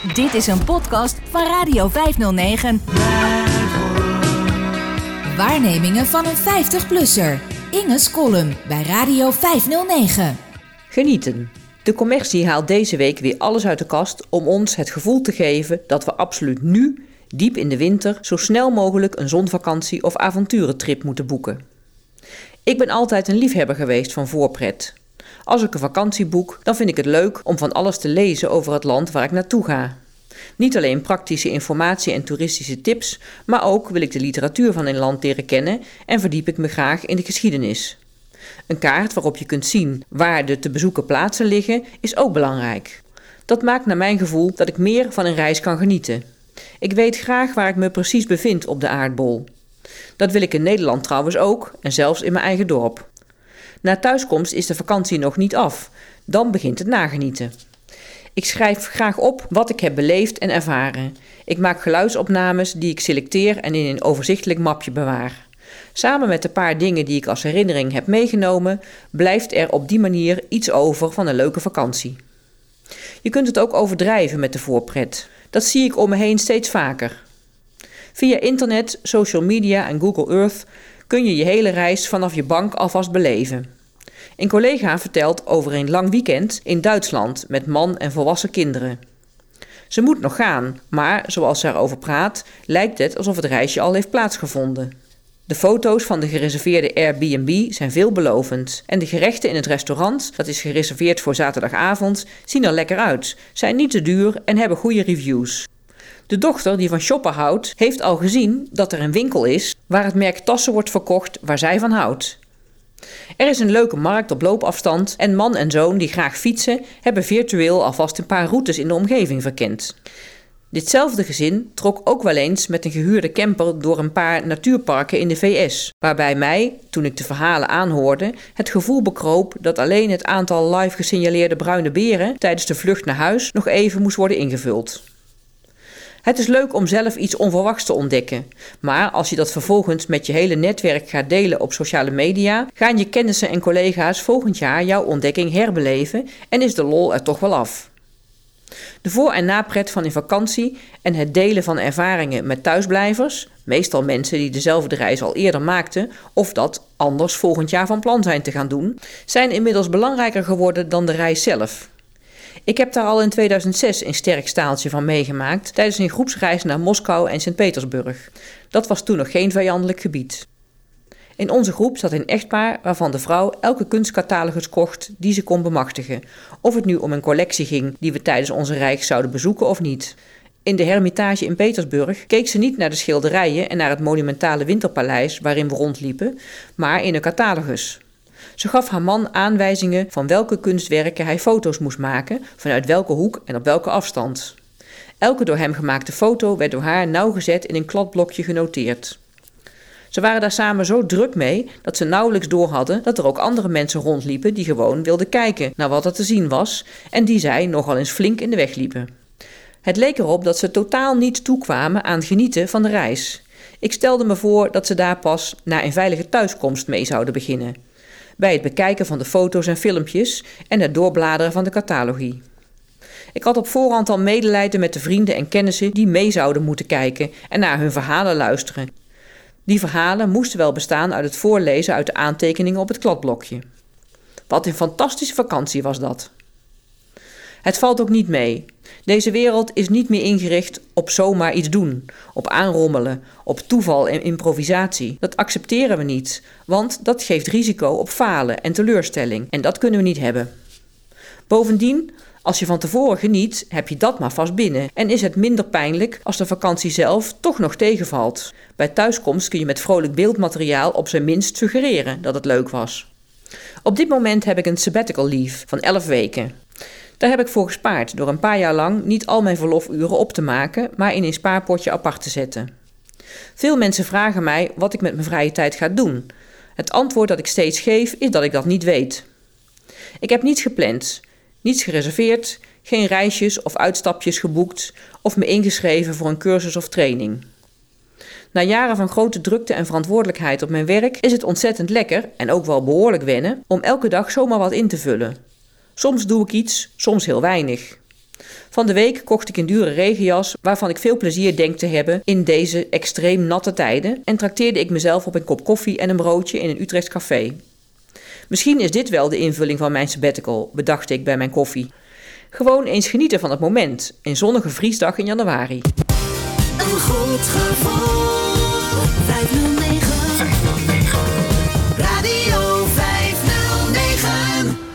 Dit is een podcast van Radio 509. Waarnemingen van een 50-plusser. Inge's column bij Radio 509. Genieten. De commercie haalt deze week weer alles uit de kast om ons het gevoel te geven dat we absoluut nu, diep in de winter, zo snel mogelijk een zonvakantie of avonturentrip moeten boeken. Ik ben altijd een liefhebber geweest van voorpret. Als ik een vakantie boek, dan vind ik het leuk om van alles te lezen over het land waar ik naartoe ga. Niet alleen praktische informatie en toeristische tips, maar ook wil ik de literatuur van een land leren kennen en verdiep ik me graag in de geschiedenis. Een kaart waarop je kunt zien waar de te bezoeken plaatsen liggen is ook belangrijk. Dat maakt naar mijn gevoel dat ik meer van een reis kan genieten. Ik weet graag waar ik me precies bevind op de aardbol. Dat wil ik in Nederland trouwens ook en zelfs in mijn eigen dorp. Na thuiskomst is de vakantie nog niet af. Dan begint het nagenieten. Ik schrijf graag op wat ik heb beleefd en ervaren. Ik maak geluidsopnames die ik selecteer en in een overzichtelijk mapje bewaar. Samen met de paar dingen die ik als herinnering heb meegenomen, blijft er op die manier iets over van een leuke vakantie. Je kunt het ook overdrijven met de voorpret. Dat zie ik om me heen steeds vaker. Via internet, social media en Google Earth kun je je hele reis vanaf je bank alvast beleven. Een collega vertelt over een lang weekend in Duitsland met man en volwassen kinderen. Ze moet nog gaan, maar zoals ze erover praat, lijkt het alsof het reisje al heeft plaatsgevonden. De foto's van de gereserveerde Airbnb zijn veelbelovend en de gerechten in het restaurant, dat is gereserveerd voor zaterdagavond, zien er lekker uit, zijn niet te duur en hebben goede reviews. De dochter die van shoppen houdt, heeft al gezien dat er een winkel is waar het merk tassen wordt verkocht waar zij van houdt. Er is een leuke markt op loopafstand en man en zoon die graag fietsen hebben virtueel alvast een paar routes in de omgeving verkend. Ditzelfde gezin trok ook wel eens met een gehuurde camper door een paar natuurparken in de VS, waarbij mij, toen ik de verhalen aanhoorde, het gevoel bekroop dat alleen het aantal live gesignaleerde bruine beren tijdens de vlucht naar huis nog even moest worden ingevuld. Het is leuk om zelf iets onverwachts te ontdekken, maar als je dat vervolgens met je hele netwerk gaat delen op sociale media, gaan je kennissen en collega's volgend jaar jouw ontdekking herbeleven en is de lol er toch wel af. De voor- en napret van een vakantie en het delen van ervaringen met thuisblijvers, meestal mensen die dezelfde reis al eerder maakten of dat anders volgend jaar van plan zijn te gaan doen, zijn inmiddels belangrijker geworden dan de reis zelf. Ik heb daar al in 2006 een sterk staaltje van meegemaakt tijdens een groepsreis naar Moskou en Sint-Petersburg. Dat was toen nog geen vijandelijk gebied. In onze groep zat een echtpaar waarvan de vrouw elke kunstcatalogus kocht die ze kon bemachtigen, of het nu om een collectie ging die we tijdens onze reis zouden bezoeken of niet. In de Hermitage in Petersburg keek ze niet naar de schilderijen en naar het monumentale winterpaleis waarin we rondliepen, maar in een catalogus. Ze gaf haar man aanwijzingen van welke kunstwerken hij foto's moest maken, vanuit welke hoek en op welke afstand. Elke door hem gemaakte foto werd door haar nauwgezet in een kladblokje genoteerd. Ze waren daar samen zo druk mee dat ze nauwelijks doorhadden dat er ook andere mensen rondliepen die gewoon wilden kijken naar wat er te zien was en die zij nogal eens flink in de weg liepen. Het leek erop dat ze totaal niet toekwamen aan het genieten van de reis. Ik stelde me voor dat ze daar pas na een veilige thuiskomst mee zouden beginnen. Bij het bekijken van de foto's en filmpjes en het doorbladeren van de catalogie. Ik had op voorhand al medelijden met de vrienden en kennissen die mee zouden moeten kijken en naar hun verhalen luisteren. Die verhalen moesten wel bestaan uit het voorlezen uit de aantekeningen op het kladblokje. Wat een fantastische vakantie was dat. Het valt ook niet mee. Deze wereld is niet meer ingericht op zomaar iets doen, op aanrommelen, op toeval en improvisatie. Dat accepteren we niet, want dat geeft risico op falen en teleurstelling en dat kunnen we niet hebben. Bovendien, als je van tevoren geniet, heb je dat maar vast binnen en is het minder pijnlijk als de vakantie zelf toch nog tegenvalt. Bij thuiskomst kun je met vrolijk beeldmateriaal op zijn minst suggereren dat het leuk was. Op dit moment heb ik een sabbatical leave van 11 weken. Daar heb ik voor gespaard door een paar jaar lang niet al mijn verlofuren op te maken, maar in een spaarpotje apart te zetten. Veel mensen vragen mij wat ik met mijn vrije tijd ga doen. Het antwoord dat ik steeds geef is dat ik dat niet weet. Ik heb niets gepland, niets gereserveerd, geen reisjes of uitstapjes geboekt of me ingeschreven voor een cursus of training. Na jaren van grote drukte en verantwoordelijkheid op mijn werk is het ontzettend lekker en ook wel behoorlijk wennen om elke dag zomaar wat in te vullen. Soms doe ik iets, soms heel weinig. Van de week kocht ik een dure regenjas waarvan ik veel plezier denk te hebben in deze extreem natte tijden en trakteerde ik mezelf op een kop koffie en een broodje in een Utrechts café. Misschien is dit wel de invulling van mijn sabbatical, bedacht ik bij mijn koffie. Gewoon eens genieten van het moment, een zonnige vriesdag in januari. Een goed gevoel.